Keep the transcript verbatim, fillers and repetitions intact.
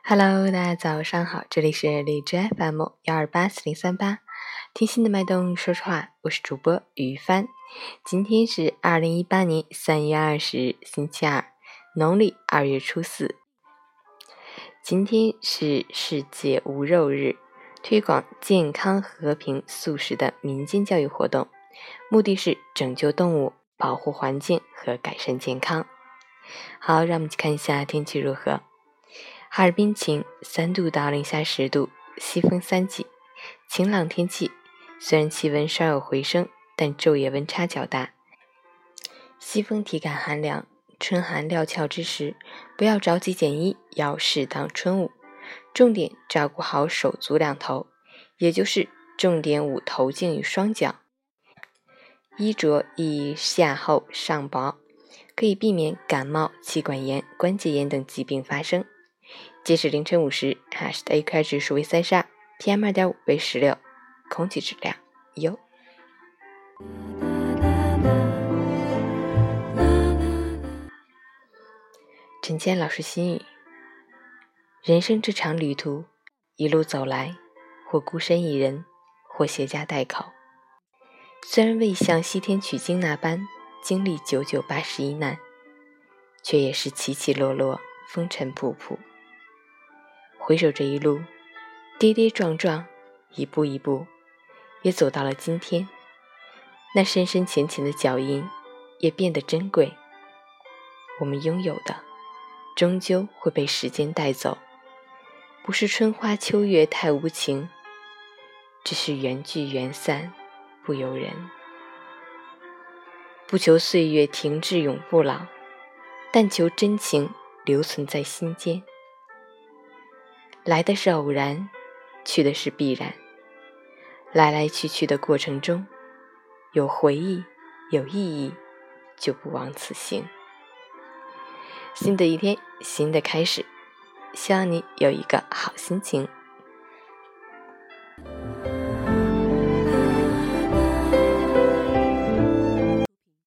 Hello， 大家早上好，这里是荔枝 F M 幺二八四零三八，听心的脉动，说实话，我是主播于帆。今天是二零一八年三月二十日，星期二，农历二月初四。今天是世界无肉日，推广健康、和平、素食的民间教育活动，目的是拯救动物、保护环境和改善健康。好，让我们去看一下天气如何。哈尔滨晴，三度到零下十度，西风三级，晴朗天气。虽然气温稍有回升，但昼夜温差较大，西风体感寒凉。春寒料峭之时，不要着急减衣，要适当春捂，重点照顾好手足两头，也就是重点捂头颈与双脚。衣着宜夏厚上薄，可以避免感冒、气管炎、关节炎等疾病发生。截止凌晨五时，哈市的 A Q I 指数为三十二 ，P M 二点五 为十六，空气质量优。陈坚老师心语：人生这场旅途，一路走来，或孤身一人，或携家带口。虽然未像西天取经那般经历九九八十一难，却也是起起落落，风尘仆仆。回首这一路，跌跌撞撞，一步一步，也走到了今天。那深深浅浅的脚印，也变得珍贵。我们拥有的，终究会被时间带走。不是春花秋月太无情，只是缘聚缘散不由人。不求岁月停滞永不老，但求真情留存在心间。来的是偶然，去的是必然。来来去去的过程中，有回忆，有意义，就不枉此行。新的一天，新的开始，希望你有一个好心情。